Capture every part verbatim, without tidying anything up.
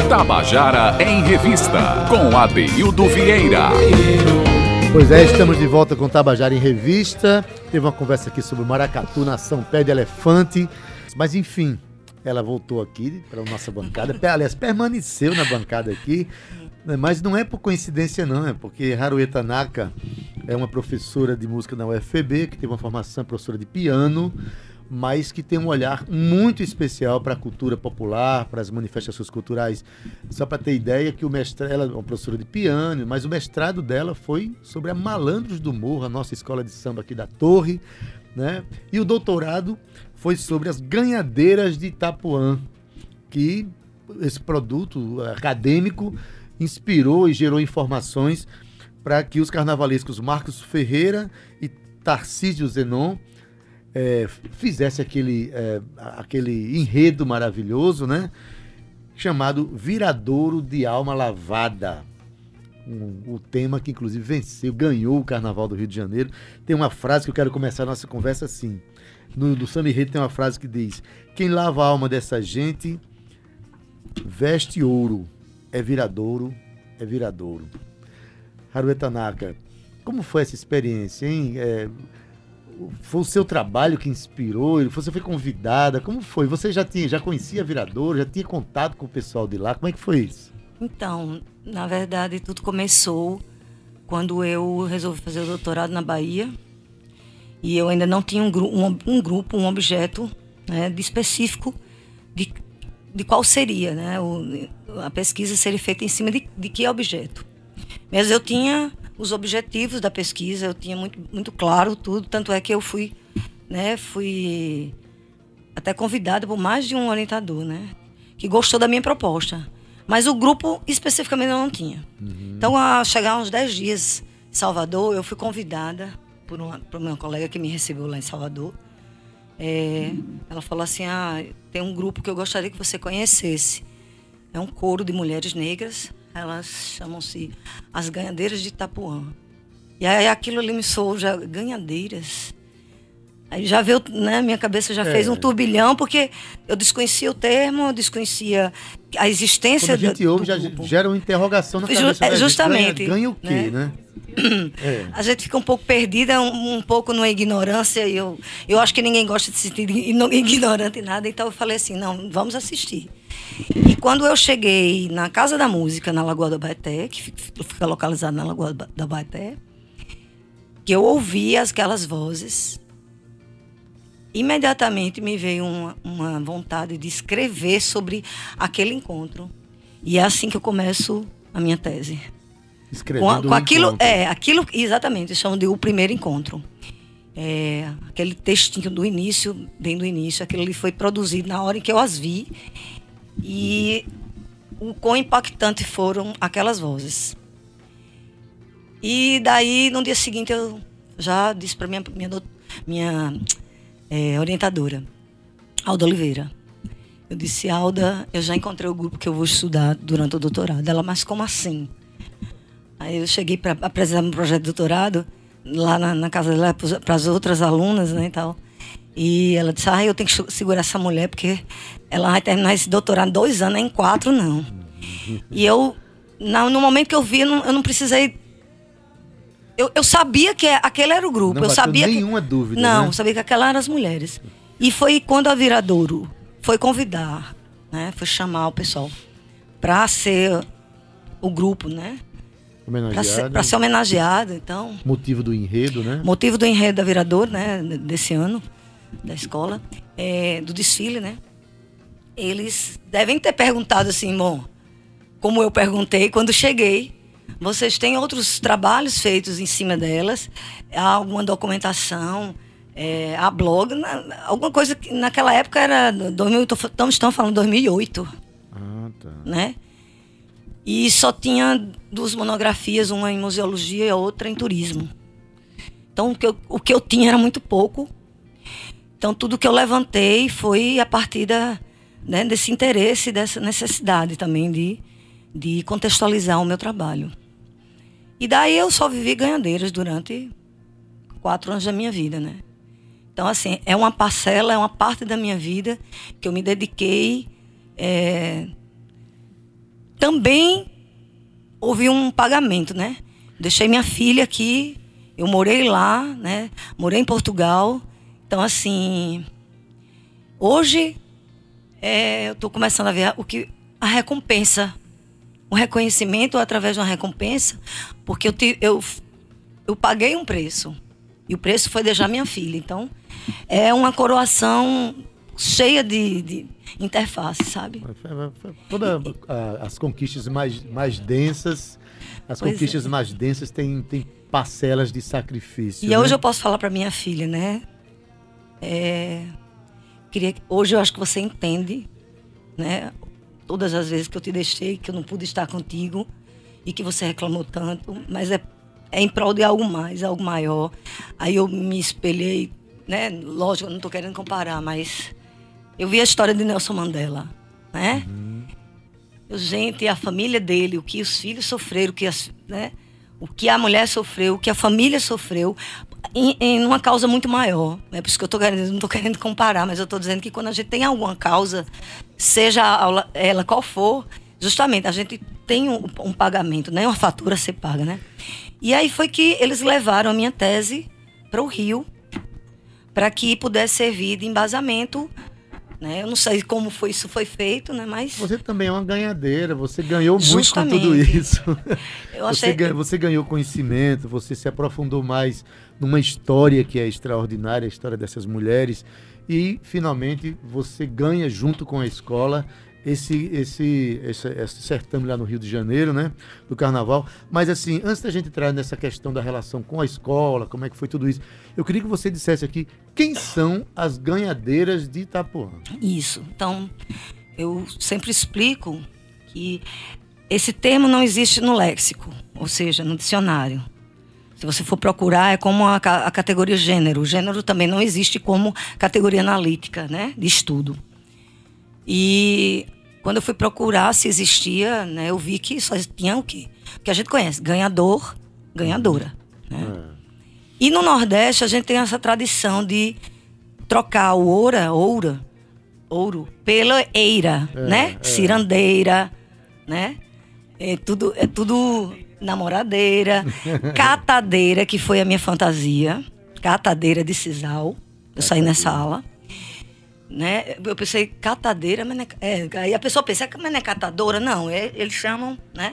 Tabajara em Revista, com Adeildo Vieira. Pois é, estamos de volta com Tabajara em Revista. Teve uma conversa aqui sobre o maracatu, nação pé de elefante. Mas enfim, ela voltou aqui para a nossa bancada. Aliás, permaneceu na bancada aqui. Mas não é por coincidência não, é porque Haruê Tanaka é uma professora de música na U F P B, que teve uma formação professora de piano, mas que tem um olhar muito especial para a cultura popular, para as manifestações culturais. Só para ter ideia que o mestrado, ela é uma professora de piano, mas o mestrado dela foi sobre a Malandros do Morro, a nossa escola de samba aqui da Torre, né? E o doutorado foi sobre as Ganhadeiras de Itapuã, que esse produto acadêmico inspirou e gerou informações para que os carnavalescos Marcos Ferreira e Tarcísio Zenon É, fizesse aquele, é, aquele enredo maravilhoso, né? Chamado Viradouro de Alma Lavada. Um, o tema que inclusive venceu, ganhou o Carnaval do Rio de Janeiro. Tem uma frase que eu quero começar a nossa conversa assim. No, no samba enredo tem uma frase que diz: quem lava a alma dessa gente veste ouro, é viradouro, é viradouro. Haruê Tanaka, como foi essa experiência, hein? É, foi o seu trabalho que inspirou? Você foi convidada? Como foi? Você já tinha, já conhecia Viradouro? Já tinha contato com o pessoal de lá? Como é que foi isso? Então, na verdade, tudo começou quando eu resolvi fazer o doutorado na Bahia. E eu ainda não tinha um, gru- um, um grupo, um objeto, né, de específico de, de qual seria, né? O, a pesquisa seria feita em cima de, de que objeto. Mas eu tinha os objetivos da pesquisa, eu tinha muito, muito claro tudo, tanto é que eu fui, né, fui até convidada por mais de um orientador, né, que gostou da minha proposta. Mas o grupo especificamente eu não tinha. Uhum. Então, a chegar uns dez dias em Salvador, eu fui convidada por uma, por uma colega que me recebeu lá em Salvador. É, ela falou assim, ah, tem um grupo que eu gostaria que você conhecesse. É um coro de mulheres negras. Elas chamam-se as Ganhadeiras de Itapuã. E aí aquilo ali me soou, já, Ganhadeiras. Aí já veio, né, minha cabeça já é. fez um turbilhão, porque eu desconhecia o termo, eu desconhecia a existência do grupo. Quando a gente ouve, já gera uma interrogação na cabeça. É, justamente. Ganha, ganha o quê, né? né? É. A gente fica um pouco perdida, um, um pouco numa ignorância, e eu, eu acho que ninguém gosta de se sentir ignorante em nada, então eu falei assim, não, vamos assistir. E quando eu cheguei na Casa da Música, na Lagoa do Abaeté, que fica localizada na Lagoa do Abaeté, que eu ouvi aquelas vozes, imediatamente me veio uma, uma vontade de escrever sobre aquele encontro. E é assim que eu começo a minha tese. Escrevendo com, com aquilo, encontro. É, aquilo, exatamente, eles chamam de o primeiro encontro. É, aquele textinho do início, bem do início, aquilo ali foi produzido na hora em que eu as vi. E o quão impactante foram aquelas vozes. E daí, no dia seguinte, eu já disse para minha, minha, minha é, orientadora, Alda Oliveira. Eu disse, Alda, eu já encontrei o grupo que eu vou estudar durante o doutorado. Ela, mas como assim? Aí eu cheguei para apresentar meu projeto de doutorado, lá na, na casa dela, para as outras alunas, né, e tal. E ela disse, ah, eu tenho que segurar essa mulher, porque ela vai terminar esse doutorado em dois anos, em quatro, não. E eu, na, no momento que eu vi, eu não, eu não precisei... Eu, eu sabia que aquele era o grupo. Não eu sabia nenhuma que, dúvida, Não, né? eu sabia que aquelas eram as mulheres. E foi quando a Viradouro foi convidar, né, foi chamar o pessoal para ser o grupo, né? Para ser, ser homenageado, então... Motivo do enredo, né? Motivo do enredo da Viradouro, né, desse ano, da escola, é, do desfile, né? Eles devem ter perguntado assim, bom, como eu perguntei quando cheguei, vocês têm outros trabalhos feitos em cima delas? Há alguma documentação? É, há blog? Na, alguma coisa que naquela época era... dois mil, tô, estão falando dois mil e oito. Ah, tá. Né? E só tinha duas monografias, uma em museologia e a outra em turismo. Então, o que eu, o que eu tinha era muito pouco. Então, tudo que eu levantei foi a partir da, né, desse interesse, dessa necessidade também de, de contextualizar o meu trabalho. E daí eu só vivi Ganhadeiras durante quatro anos da minha vida, né? Então, assim, é uma parcela, é uma parte da minha vida que eu me dediquei... É, também houve um pagamento, né? Deixei minha filha aqui, eu morei lá, né? Morei em Portugal. Então, assim, hoje é, eu estou começando a ver o que, a recompensa, o reconhecimento através de uma recompensa, porque eu, te, eu, eu paguei um preço. E o preço foi deixar minha filha. Então, é uma coroação cheia de, de interface, sabe? Todas as conquistas mais, mais densas, as Pois conquistas é. mais densas têm, têm parcelas de sacrifício. E né? hoje eu posso falar para minha filha, né? É, queria, hoje eu acho que você entende, né? Todas as vezes que eu te deixei, que eu não pude estar contigo e que você reclamou tanto, mas é, é em prol de algo mais, algo maior. Aí eu me espelhei, né? Lógico, eu não estou querendo comparar, mas eu vi a história de Nelson Mandela, né? Uhum. Eu, gente, a família dele, o que os filhos sofreram, o que, as, né? o que a mulher sofreu, o que a família sofreu, em, em uma causa muito maior. É por isso que eu tô querendo, não estou querendo comparar, mas eu estou dizendo que quando a gente tem alguma causa, seja ela qual for, justamente a gente tem um, um pagamento, né? Uma fatura a ser paga, né? E aí foi que eles levaram a minha tese para o Rio, para que pudesse servir de embasamento, né? Eu não sei como foi, isso foi feito, né? Mas Você também é uma ganhadeira, você ganhou muito Justamente. com tudo isso. eu Você, achei... ganha- você ganhou conhecimento, você se aprofundou mais numa história que é extraordinária, a história dessas mulheres, e finalmente você ganha junto com a escola esse, esse, esse, esse certame lá no Rio de Janeiro, né? Do Carnaval. Mas assim, antes da gente entrar nessa questão da relação com a escola, como é que foi tudo isso, eu queria que você dissesse aqui quem são as ganhadeiras de Itapuã. Isso. Então, eu sempre explico que esse termo não existe no léxico, ou seja, no dicionário. Se você for procurar, é como a, ca- a categoria gênero. O gênero também não existe como categoria analítica, né, de estudo. E quando eu fui procurar se existia, né, eu vi que só tinha o quê? O que a gente conhece, ganhador, ganhadora. Né? É. E no Nordeste a gente tem essa tradição de trocar o oura, oura, ouro, pela eira, É, né? é. Cirandeira, né? É tudo, é tudo namoradeira, catadeira, que foi a minha fantasia, catadeira de sisal. Eu saí nessa aula, né? Eu pensei, catadeira, mas não é, é, aí a pessoa pensa, mas não é catadora? Não, é, eles chamam, né?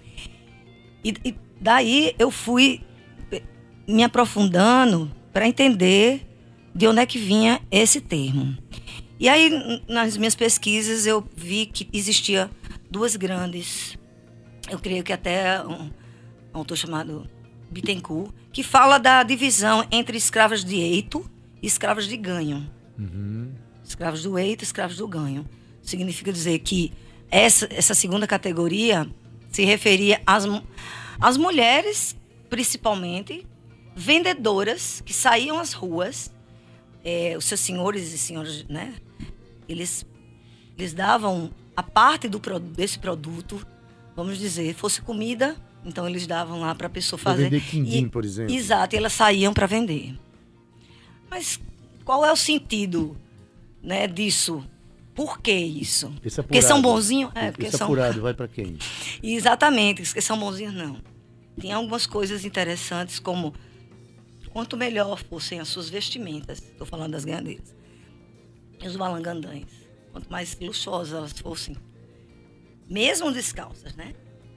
E, e daí eu fui me aprofundando para entender de onde é que vinha esse termo. E aí, n- nas minhas pesquisas, eu vi que existia duas grandes, eu creio que até um, um autor chamado Bittencourt, que fala da divisão entre escravas de eito e escravas de ganho. Uhum. Escravos do eito, escravos do ganho. Significa dizer que essa, essa segunda categoria se referia às, mu- às mulheres, principalmente, vendedoras que saíam às ruas, eh, os seus senhores e senhoras, né? Eles, eles davam a parte do, pro- desse produto, vamos dizer, fosse comida, então eles davam lá para a pessoa Pra fazer. vender quindim, E- por exemplo. Exato, e elas saíam para vender. Mas qual é o sentido, né, disso? Por que isso? Esse Porque são apurado. bonzinhos? É, porque Esse são... apurado vai para quem? Exatamente, porque são bonzinhos, não. Tem algumas coisas interessantes, como quanto melhor fossem as suas vestimentas, estou falando das ganhadeiras, e os balangandães, quanto mais luxuosas elas fossem, mesmo descalças, né?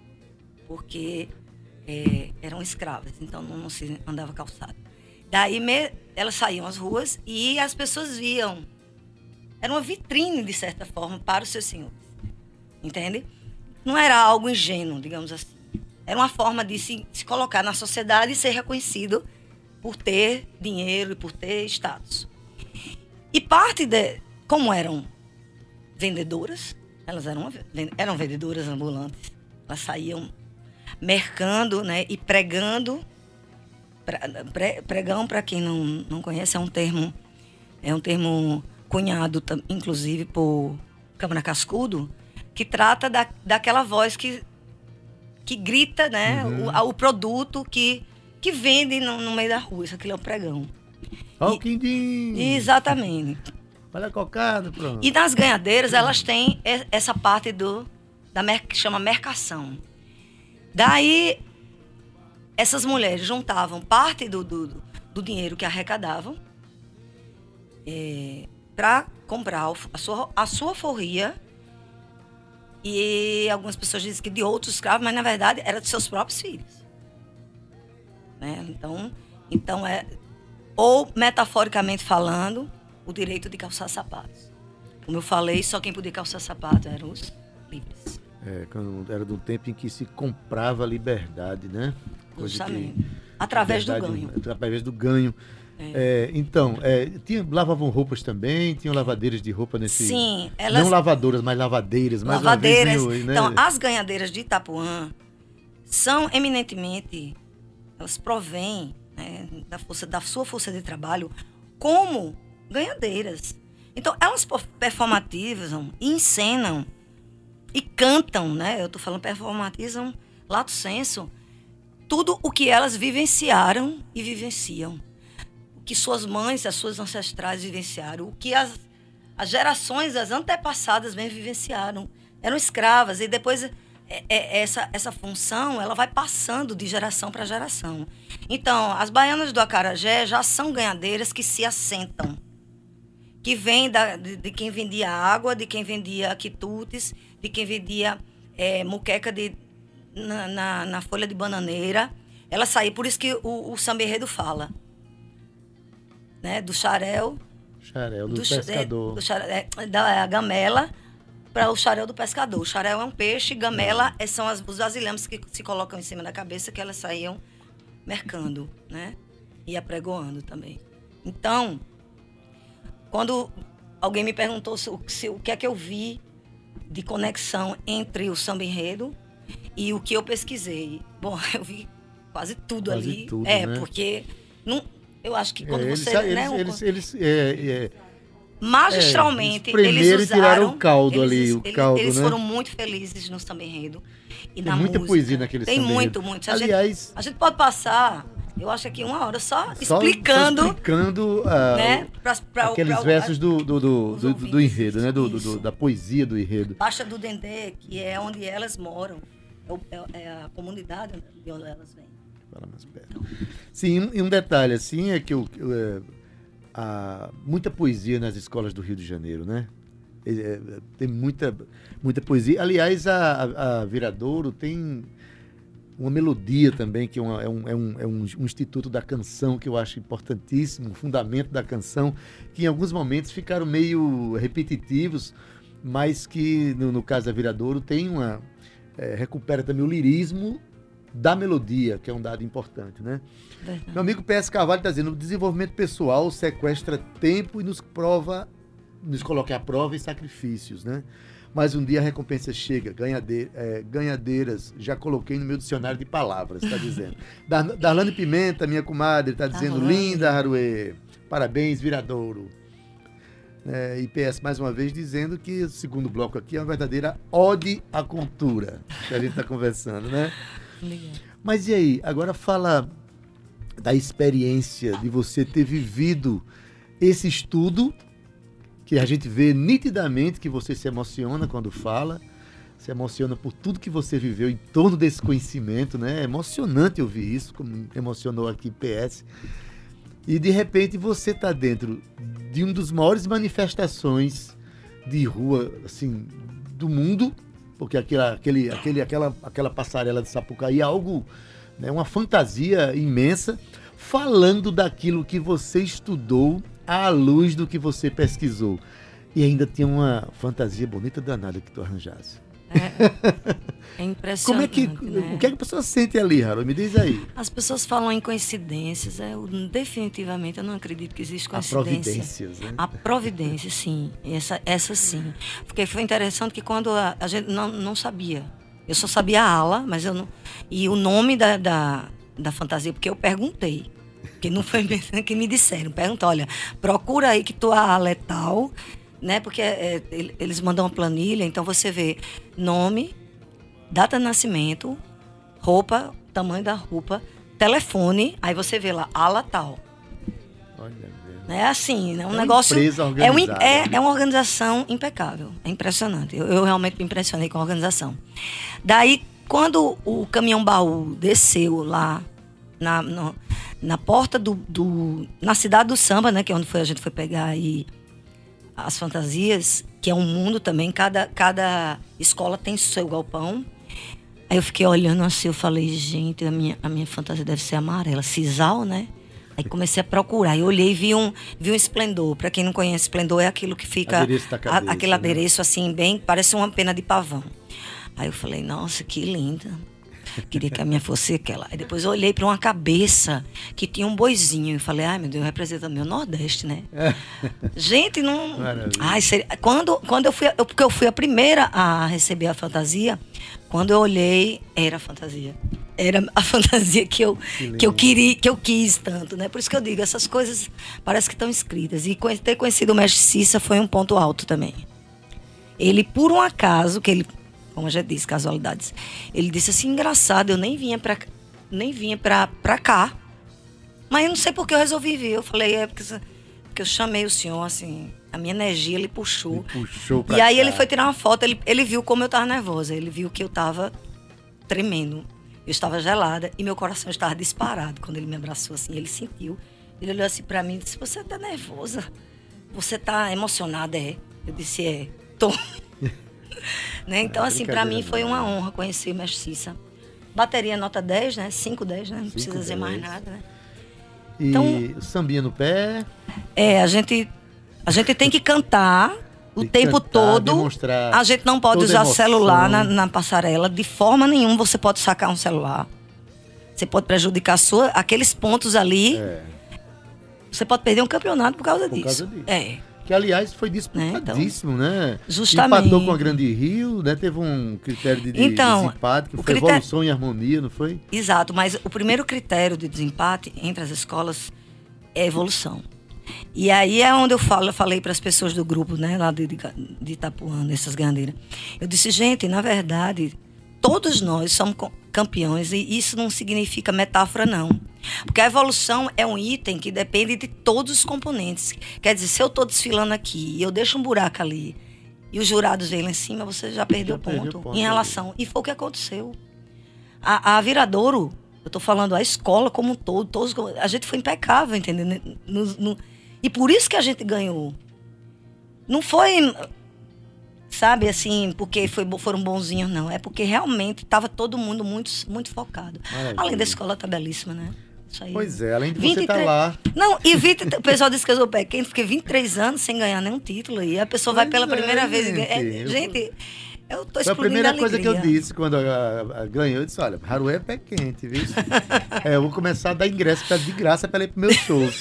Porque é, eram escravas, então não, não se andava calçado. Daí me, elas saíam às ruas e as pessoas viam. Era uma vitrine, de certa forma, para os seus senhores. Entende? Não era algo ingênuo, digamos assim. Era uma forma de se, se colocar na sociedade e ser reconhecido por ter dinheiro e por ter status. E parte de... Como eram vendedoras, elas eram, eram vendedoras ambulantes. Elas saíam mercando, né, e pregando. Pre, pregão, para quem não, não conhece, é um termo, é um termo cunhado, inclusive, por Câmara Cascudo, que trata da, daquela voz que, que grita, né, Uhum. o, o produto que, que vende no, no meio da rua. Isso aqui é um pregão. Olha o E- quindim. Exatamente. Olha a cocada, pronto. E nas ganhadeiras, elas têm e- essa parte do, da mer- que chama mercação. Daí, essas mulheres juntavam parte do, do, do dinheiro que arrecadavam é, para comprar a sua, a sua forria. E algumas pessoas dizem que de outros escravos, mas na verdade era de seus próprios filhos. Né? Então, então é, ou metaforicamente falando, o direito de calçar sapatos. Como eu falei, só quem podia calçar sapato eram os livres. É, quando era do tempo em que se comprava a liberdade, né? Coisa Justamente. que, Através do liberdade, ganho. Através do ganho. É. É, então, é, tinha, lavavam roupas também, tinham lavadeiras de roupa nesse... Sim, elas... Não lavadoras, mas lavadeiras. Mais Lavadeiras. Uma vez, né? Então, as ganhadeiras de Itapuã são eminentemente, elas provêm, né, da, força, da sua força de trabalho como ganhadeiras. Então, elas performatizam e encenam e cantam, né? Eu estou falando performatizam, lato sensu, tudo o que elas vivenciaram e vivenciam. O que suas mães, as suas ancestrais vivenciaram, o que as, as gerações, as antepassadas mesmo vivenciaram. Eram escravas e depois é, é, essa, essa função ela vai passando de geração para geração. Então, as baianas do Acarajé já são ganhadeiras que se assentam, que vêm da, de, de quem vendia água, de quem vendia quitutes, de quem vendia é, muqueca de, na, na, na folha de bananeira. Ela saiu, por isso que o, o samba enredo fala, né, do xarel, Xarel do, do pescador. É, do xarel, é, da gamela para o xarel do pescador. O xarel é um peixe, gamela é. são as, os vasilhames que se colocam em cima da cabeça, que elas saíam mercando, né? E apregoando também. Então, quando alguém me perguntou se, se, o que é que eu vi de conexão entre o samba enredo e o que eu pesquisei. Bom, eu vi quase tudo quase ali. Tudo, é, né? porque não, eu acho que quando é, você... Eles, né, eles, um, eles, eles é, é, magistralmente, é, eles, eles usaram... tiraram o caldo eles, ali, o eles, caldo, eles né? foram muito felizes no samba enredo e Tem na muita música. poesia naquele Tem samba muito, enredo. muito. Se a Aliás... Gente, a gente pode passar, eu acho aqui uma hora só, só explicando... Só explicando uh, né, pra, pra, aqueles pra, versos do, do, do, do, do, do enredo, né? Do, do, Isso. da poesia do enredo. Baixa do Dendê, que é onde elas moram. É, é a comunidade de onde elas vêm. Fala mais perto. Sim, e um detalhe assim é que eu, eu, é, há muita poesia nas escolas do Rio de Janeiro, né? É, é, tem muita, muita poesia. Aliás, a, a, a Viradouro tem uma melodia também, que é, uma, é, um, é, um, é um, um instituto da canção que eu acho importantíssimo, um fundamento da canção, que em alguns momentos ficaram meio repetitivos, mas que no, no caso da Viradouro tem uma... É, recupera também o lirismo da melodia, que é um dado importante, né? Verdade. Meu amigo P S Carvalho está dizendo: o desenvolvimento pessoal sequestra tempo e nos prova, nos coloca à prova em sacrifícios, né? Mas um dia a recompensa chega, ganhade, é, ganhadeiras, já coloquei no meu dicionário de palavras, está dizendo. Dar, Darlane Pimenta, minha comadre, está dizendo: Darlane. linda, Haruê, parabéns, Viradouro. É, e P S mais uma vez dizendo que o segundo bloco aqui é uma verdadeira ode à cultura que a gente está conversando, né? Legal. Mas e aí, agora fala da experiência de você ter vivido esse estudo, que a gente vê nitidamente que você se emociona quando fala, se emociona por tudo que você viveu em torno desse conhecimento, né? É emocionante ouvir isso, como emocionou aqui P S. E de repente você está dentro de um dos maiores manifestações de rua, assim, do mundo, porque aquela, aquele, aquele, aquela, aquela passarela de Sapucaí é algo, né, uma fantasia imensa, falando daquilo que você estudou à luz do que você pesquisou. E ainda tinha uma fantasia bonita danada que tu arranjasse. É, é impressionante. Como é que, né? o que é que a pessoa sente ali, Harold? Me diz aí. As pessoas falam em coincidências. Eu, definitivamente, eu não acredito que existe A coincidência. providências, né? A providência, sim. Essa, essa sim. Porque foi interessante que quando a, a gente não, não sabia. Eu só sabia a ala, mas eu não... E o nome da, da, da fantasia, porque eu perguntei. Porque não foi que me disseram. Perguntou, olha, procura aí que tua ala é tal... Né? Porque é, eles mandam uma planilha, então você vê nome, data de nascimento, roupa, tamanho da roupa, telefone, aí você vê lá, ala tal. Olha mesmo. É assim, né? Um é uma negócio. empresa É, um, organizada. é, é uma organização impecável. É impressionante. Eu, eu realmente me impressionei com a organização. Daí, quando o caminhão baú desceu lá na, no, na porta do, do. na cidade do samba, né? Que é onde foi, a gente foi pegar aí as fantasias, que é um mundo também. Cada, cada escola tem seu galpão. Aí eu fiquei olhando assim, eu falei, gente, a minha, a minha fantasia deve ser amarela. Sisal, né? Aí comecei a procurar. Eu olhei e vi um, vi um esplendor. Para quem não conhece, esplendor é aquilo que fica... Adereço da cabeça, a, aquele né? adereço assim, bem... Parece uma pena de pavão. Aí eu falei, nossa, que linda. Queria que a minha fosse aquela. Aí depois eu olhei para uma cabeça que tinha um boizinho. E falei, ai meu Deus, representa o meu Nordeste, né? É. Gente, não... Maravilha. Ai, seria... quando, quando eu fui... Eu, porque eu fui a primeira a receber a fantasia, quando eu olhei, era a fantasia. Era a fantasia que eu, que, que eu queria, que eu quis tanto, né? Por isso que eu digo, essas coisas parece que estão escritas. E ter conhecido o mestre Cissa foi um ponto alto também. Ele, por um acaso, que ele, como eu já disse, casualidades, ele disse assim, engraçado, eu nem vinha pra, nem vinha pra, pra cá, mas eu não sei por que eu resolvi vir. Eu falei, é porque, porque eu chamei o senhor, assim, a minha energia, ele puxou. Ele puxou pra E aí cá. ele foi tirar uma foto, ele, ele viu como eu tava nervosa, ele viu que eu tava tremendo. Eu estava gelada e meu coração estava disparado. Quando ele me abraçou assim, ele sentiu. Ele olhou assim pra mim e disse, você tá nervosa? Você tá emocionada, é? Eu disse, é, tô. Né? Então, é, assim, pra mim foi uma honra conhecer o mestre Cissa. Bateria nota dez, né? cinco, dez, né? Não precisa dizer mais nada, né? E então, sambinha no pé? É, a gente, a gente tem que cantar... O Tem tempo cantar, todo, a gente não pode usar celular na, na passarela, de forma nenhuma você pode sacar um celular. Você pode prejudicar a sua, aqueles pontos ali. É. Você pode perder um campeonato por causa por disso. Causa disso. É. Que, aliás, foi disputadíssimo, né? Então, né? Justamente. Empatou com a Grande Rio, né? Teve um critério de, de então, desempate, que foi critério... evolução e harmonia, não foi? Exato, mas o primeiro critério de desempate entre as escolas é evolução. E aí é onde eu falo, eu falei para as pessoas do grupo, né, lá de, de Itapuã, dessas ganhadeiras. Eu disse, gente, na verdade, todos nós somos campeões e isso não significa metáfora, não. Porque a evolução é um item que depende de todos os componentes. Quer dizer, se eu estou desfilando aqui e eu deixo um buraco ali e os jurados vêm lá em cima, você já perdeu o ponto, ponto em relação. E foi o que aconteceu. A, a Viradouro, eu estou falando a escola como um todo, todos, a gente foi impecável, entendeu? No, no, E por isso que a gente ganhou. Não foi, sabe, assim, porque foi, foram bonzinhos, não. É porque realmente estava todo mundo muito, muito focado. Maravilha. Além da escola tá belíssima, né? Isso aí. Pois é, além de vinte e três... você estar tá lá. Não, e vinte... o pessoal disse que eu sou pé quente, fiquei vinte e três anos sem ganhar nenhum título. E a pessoa pois vai pela é, primeira gente. vez e ganha. É, gente... Eu tô Foi a primeira coisa que eu disse quando a, a, a ganhou. Eu disse, olha, Haruê é pé quente, viu? é, eu vou começar a dar ingresso pra, de graça para ir pro meu show.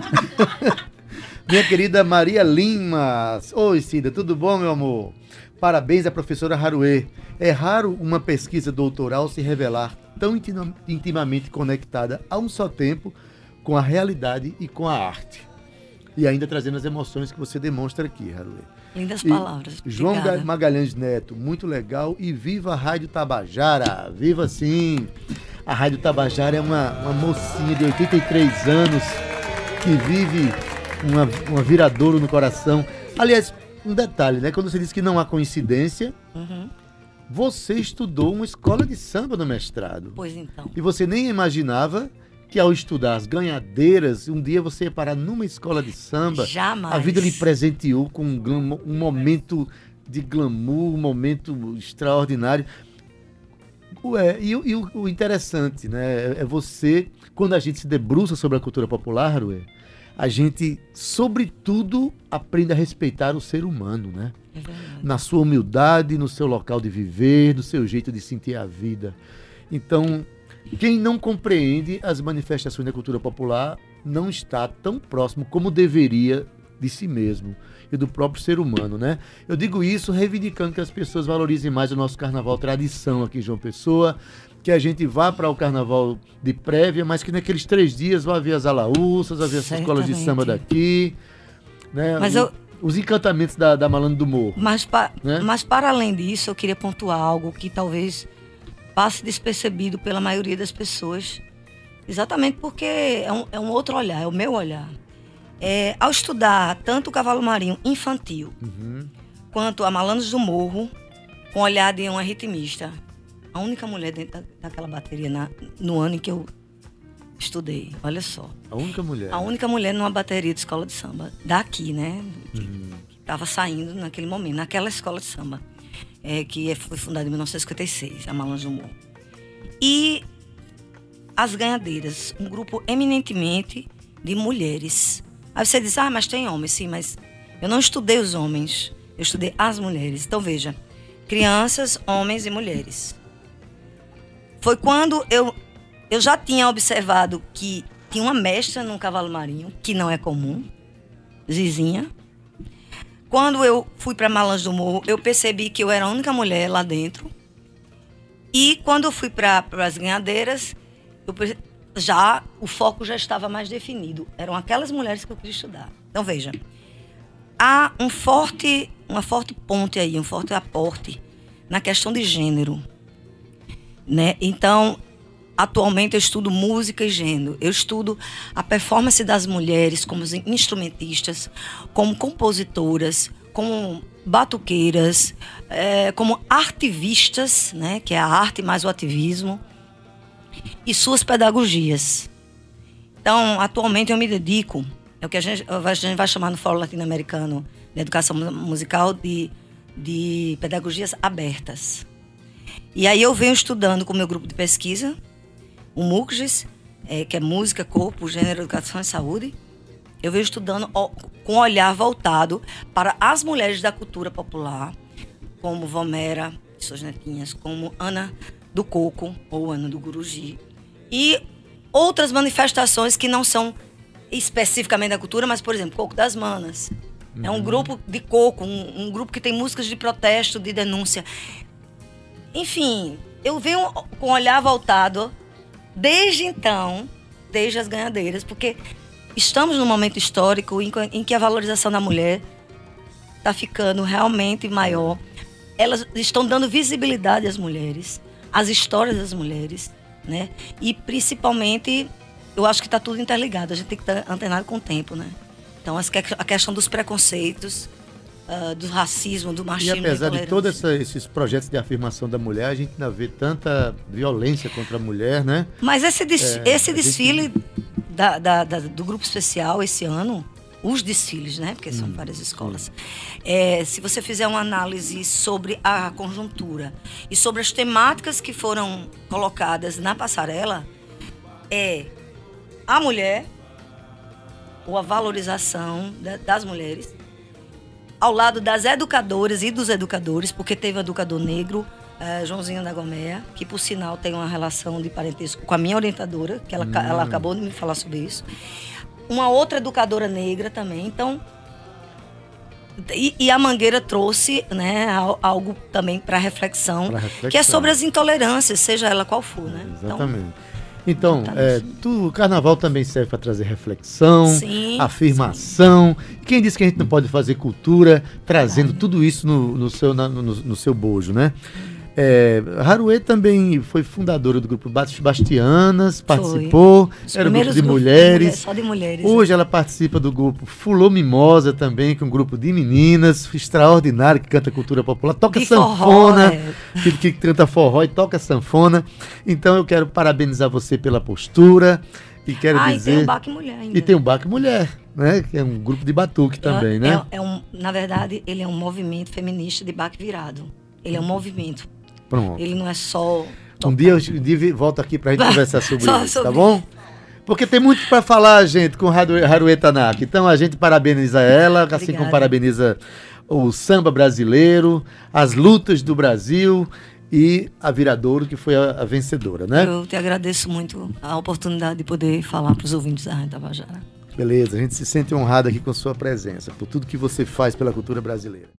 Minha querida Maria Lima. Oi, Cida, tudo bom, meu amor? Parabéns à professora Haruê. É raro uma pesquisa doutoral se revelar tão intima, intimamente conectada a um só tempo com a realidade e com a arte. E ainda trazendo as emoções que você demonstra aqui, Haruê. Lindas palavras. E João Obrigada. Magalhães Neto, muito legal. E viva a Rádio Tabajara! Viva sim! A Rádio Tabajara é uma, uma mocinha de oitenta e três anos que vive uma, uma viradouro no coração. Aliás, um detalhe, né? Quando você disse que não há coincidência, uhum. Você estudou uma escola de samba no mestrado. Pois então. E você nem imaginava que ao estudar as ganhadeiras, um dia você ia parar numa escola de samba. Jamais. A vida lhe presenteou com um, glam- um momento de glamour, um momento extraordinário. Ué, e, e o, o interessante, né, é você, quando a gente se debruça sobre a cultura popular, ué, a gente, sobretudo, aprende a respeitar o ser humano, né? É verdade. Na sua humildade, no seu local de viver, no seu jeito de sentir a vida. Então, quem não compreende as manifestações da cultura popular não está tão próximo como deveria de si mesmo e do próprio ser humano, né? Eu digo isso reivindicando que as pessoas valorizem mais o nosso carnaval tradição aqui em João Pessoa, que a gente vá para o carnaval de prévia, mas que naqueles três dias vá ver as alaúças, vá ver as escolas de samba daqui, né? Mas o, eu... os encantamentos da, da Malandro do Morro. Mas, pa... né? mas para além disso, eu queria pontuar algo que talvez passe despercebido pela maioria das pessoas, exatamente porque é um, é um outro olhar, é o meu olhar. É, ao estudar tanto o cavalo marinho infantil, Uhum. quanto a Malandros do Morro, com o olhar de uma ritmista, a única mulher dentro da, daquela bateria na, no ano em que eu estudei, olha só. A única mulher. A única mulher numa bateria de escola de samba, daqui, né? Que Uhum. estava saindo naquele momento, naquela escola de samba, é, que é- foi fundada em mil novecentos e cinquenta e seis, a Malandros do Morro. E as Ganhadeiras, um grupo eminentemente de mulheres. Aí você diz, ah, mas tem homens, sim, mas eu não estudei os homens, eu estudei as mulheres. Então veja, crianças, homens e mulheres. Foi quando eu, eu já tinha observado que tinha uma mestra no cavalo marinho, que não é comum, Zizinha. Quando eu fui para Malandros do Morro, eu percebi que eu era a única mulher lá dentro. E quando eu fui para as Ganhadeiras, eu perce- já o foco já estava mais definido. Eram aquelas mulheres que eu queria estudar. Então veja, há um forte, uma forte ponte aí, um forte aporte na questão de gênero, né? Então, atualmente eu estudo música e gênero. Eu estudo a performance das mulheres como instrumentistas, como compositoras, como batuqueiras, eh, como artivistas, né? Que é a arte mais o ativismo, e suas pedagogias. Então, atualmente eu me dedico, é o que a gente, a gente vai chamar no Fórum Latino-Americano de Educação Musical de, de pedagogias abertas. E aí eu venho estudando com o meu grupo de pesquisa, o MUCGES, é, que é Música, Corpo, Gênero, Educação e Saúde. Eu venho estudando ó, com um olhar voltado para as mulheres da cultura popular, como Vomera e suas netinhas, como Ana do Coco, ou Ana do Guruji, e outras manifestações que não são especificamente da cultura, mas, por exemplo, Coco das Manas. Uhum. É um grupo de coco, um, um grupo que tem músicas de protesto, de denúncia. Enfim, eu venho com um olhar voltado desde então, desde as Ganhadeiras, porque estamos num momento histórico em, em que a valorização da mulher está ficando realmente maior. Elas estão dando visibilidade às mulheres, às histórias das mulheres, né? E principalmente, eu acho que está tudo interligado, a gente tem que estar antenado com o tempo, né? Então, a questão dos preconceitos, uh, do racismo, do machismo. E apesar de todos esses projetos de afirmação da mulher, a gente ainda vê tanta violência contra a mulher, né? Mas esse, des- É, esse a gente- desfile da, da- da- do grupo especial esse ano, os desfiles, né? Porque são Hum, várias escolas. É, se você fizer uma análise sobre a conjuntura e sobre as temáticas que foram colocadas na passarela, é a mulher, ou a valorização da- das mulheres, ao lado das educadoras e dos educadores, porque teve um educador negro, eh, Joãozinho da Gomeia, que por sinal tem uma relação de parentesco com a minha orientadora, que ela, ela acabou de me falar sobre isso. Uma outra educadora negra também, então... E, e a Mangueira trouxe, né, al- algo também para reflexão, Pra reflexão. que é sobre as intolerâncias, seja ela qual for, né? Exatamente. Então, tá é, nisso. tu- o carnaval também serve para trazer reflexão, Sim, afirmação. Quem disse que a gente não pode fazer cultura trazendo tudo isso no, no seu, na- no, no seu bojo, né? É, Haruê também foi fundadora do grupo Bas- Bastianas, participou, Os era um grupo primeiros de grupos mulheres. só de mulheres. Hoje ela participa do grupo Fulô Mimosa também, que é um grupo de meninas extraordinário, que canta cultura popular, toca De forró, sanfona, é. que, que canta forró e toca sanfona. Então eu quero parabenizar você pela postura e quero Ah, dizer... e tem o Baque Mulher ainda. E tem o Baque Mulher, né? Que é um grupo de batuque também, é, né? É, é um, na verdade, ele é um movimento feminista de baque virado. Ele é um movimento. Pronto. Ele não é só... Um dia, eu- um dia eu volto aqui pra gente conversar sobre Só isso, sobre tá bom? Porque tem muito para falar, gente, com Haru- Haruê Tanaka. Então a gente parabeniza ela, assim Obrigada. como parabeniza o samba brasileiro, as lutas do Brasil e a Viradouro, que foi a, a vencedora, né? Eu te agradeço muito a oportunidade de poder falar para os ouvintes da Rádio Tabajara. Beleza, a gente se sente honrado aqui com a sua presença, por tudo que você faz pela cultura brasileira.